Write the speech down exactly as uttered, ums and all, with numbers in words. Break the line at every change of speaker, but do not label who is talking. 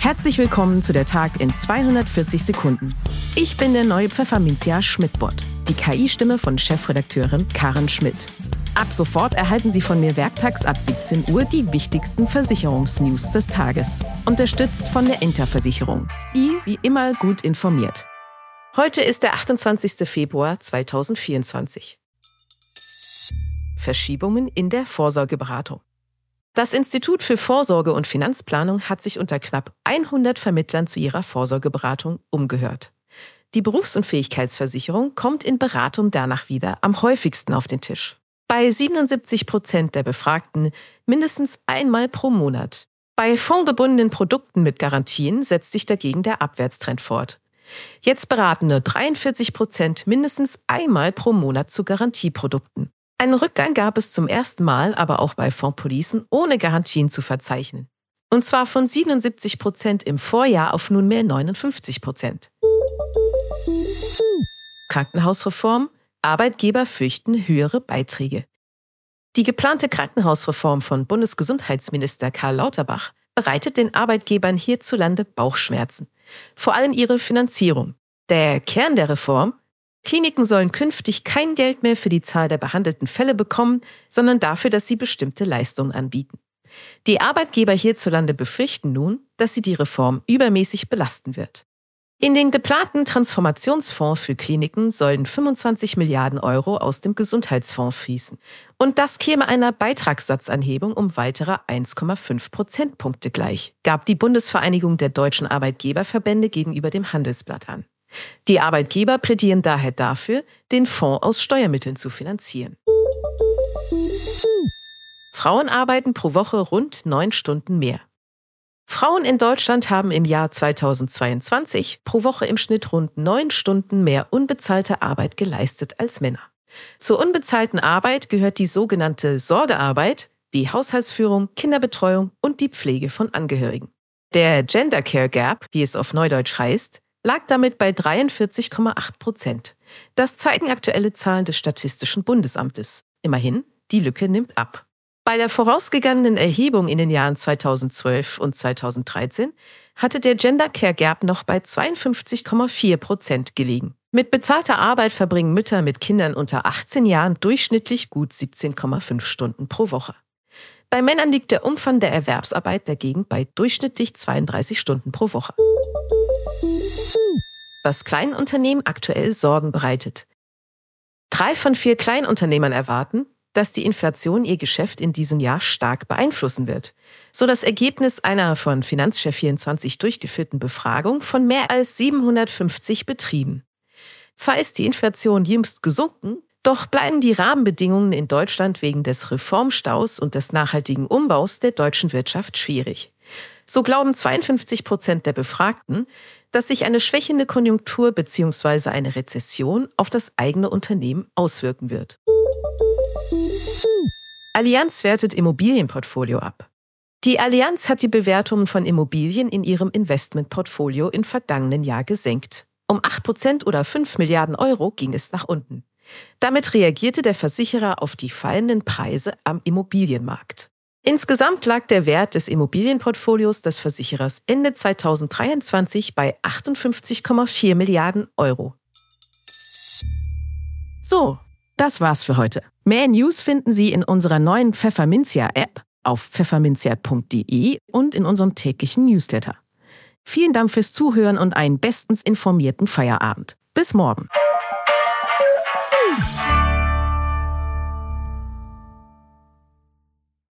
Herzlich willkommen zu der Tag in zweihundertvierzig Sekunden. Ich bin der neue Pfefferminzia Schmidt-Bot, die K I-Stimme von Chefredakteurin Karen Schmidt. Ab sofort erhalten Sie von mir werktags ab siebzehn Uhr die wichtigsten Versicherungsnews des Tages. Unterstützt von der Interversicherung. I wie immer gut informiert. Heute ist der achtundzwanzigster Februar zweitausendvierundzwanzig. Verschiebungen in der Vorsorgeberatung. Das Institut für Vorsorge und Finanzplanung hat sich unter knapp hundert Vermittlern zu ihrer Vorsorgeberatung umgehört. Die Berufsunfähigkeitsversicherung kommt in Beratung danach wieder am häufigsten auf den Tisch. Bei siebenundsiebzig Prozent der Befragten mindestens einmal pro Monat. Bei fondgebundenen Produkten mit Garantien setzt sich dagegen der Abwärtstrend fort. Jetzt beraten nur dreiundvierzig Prozent mindestens einmal pro Monat zu Garantieprodukten. Einen Rückgang gab es zum ersten Mal aber auch bei Fondpolicen ohne Garantien zu verzeichnen. Und zwar von siebenundsiebzig Prozent im Vorjahr auf nunmehr neunundfünfzig Prozent. Krankenhausreform. Arbeitgeber fürchten höhere Beiträge. Die geplante Krankenhausreform von Bundesgesundheitsminister Karl Lauterbach bereitet den Arbeitgebern hierzulande Bauchschmerzen. Vor allem ihre Finanzierung. Der Kern der Reform: Kliniken sollen künftig kein Geld mehr für die Zahl der behandelten Fälle bekommen, sondern dafür, dass sie bestimmte Leistungen anbieten. Die Arbeitgeber hierzulande befürchten nun, dass sie die Reform übermäßig belasten wird. In den geplanten Transformationsfonds für Kliniken sollen fünfundzwanzig Milliarden Euro aus dem Gesundheitsfonds fließen. Und das käme einer Beitragssatzanhebung um weitere eins Komma fünf Prozentpunkte gleich, gab die Bundesvereinigung der deutschen Arbeitgeberverbände gegenüber dem Handelsblatt an. Die Arbeitgeber plädieren daher dafür, den Fonds aus Steuermitteln zu finanzieren. Frauen arbeiten pro Woche rund neun Stunden mehr. Frauen in Deutschland haben im Jahr zweitausendzweiundzwanzig pro Woche im Schnitt rund neun Stunden mehr unbezahlte Arbeit geleistet als Männer. Zur unbezahlten Arbeit gehört die sogenannte Sorgearbeit, wie Haushaltsführung, Kinderbetreuung und die Pflege von Angehörigen. Der Gender Care Gap, wie es auf Neudeutsch heißt, lag damit bei dreiundvierzig Komma acht Prozent. Das zeigen aktuelle Zahlen des Statistischen Bundesamtes. Immerhin, die Lücke nimmt ab. Bei der vorausgegangenen Erhebung in den Jahren zweitausendzwölf und zweitausenddreizehn hatte der Gender Care Gap noch bei zweiundfünfzig Komma vier Prozent gelegen. Mit bezahlter Arbeit verbringen Mütter mit Kindern unter achtzehn Jahren durchschnittlich gut siebzehn Komma fünf Stunden pro Woche. Bei Männern liegt der Umfang der Erwerbsarbeit dagegen bei durchschnittlich zweiunddreißig Stunden pro Woche. Was kleinen Unternehmen aktuell Sorgen bereitet. Drei von vier Kleinunternehmern erwarten, dass die Inflation ihr Geschäft in diesem Jahr stark beeinflussen wird. So das Ergebnis einer von Finanzchef vierundzwanzig durchgeführten Befragung von mehr als siebenhundertfünfzig Betrieben. Zwar ist die Inflation jüngst gesunken, doch bleiben die Rahmenbedingungen in Deutschland wegen des Reformstaus und des nachhaltigen Umbaus der deutschen Wirtschaft schwierig. So glauben zweiundfünfzig Prozent der Befragten, dass sich eine schwächende Konjunktur bzw. eine Rezession auf das eigene Unternehmen auswirken wird. Allianz wertet Immobilienportfolio ab. Die Allianz hat die Bewertungen von Immobilien in ihrem Investmentportfolio im vergangenen Jahr gesenkt. Um acht Prozent oder fünf Milliarden Euro ging es nach unten. Damit reagierte der Versicherer auf die fallenden Preise am Immobilienmarkt. Insgesamt lag der Wert des Immobilienportfolios des Versicherers Ende zweitausenddreiundzwanzig bei achtundfünfzig Komma vier Milliarden Euro. So, das war's für heute. Mehr News finden Sie in unserer neuen Pfefferminzia-App, auf pfefferminzia punkt de und in unserem täglichen Newsletter. Vielen Dank fürs Zuhören und einen bestens informierten Feierabend. Bis morgen.